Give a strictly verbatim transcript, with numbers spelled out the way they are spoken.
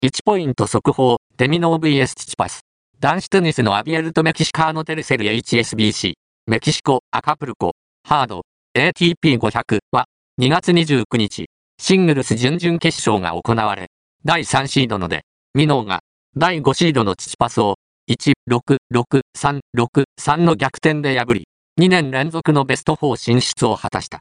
いちポイント速報、デミノー ブイエス チチパス。男子テニスのアビエルトメキシカーノテルセル エイチエスビーシー、メキシコ、アカプルコ、ハード、エーティーピーごひゃく は、にがつにじゅうくにち、シングルス準々決勝が行われ、だいさんシードので、ミノーが、だいごシードのチチパスを、いち、ろく、ろく、さん、ろく、さんの逆転で破り、にねん連続のベストフォー進出を果たした。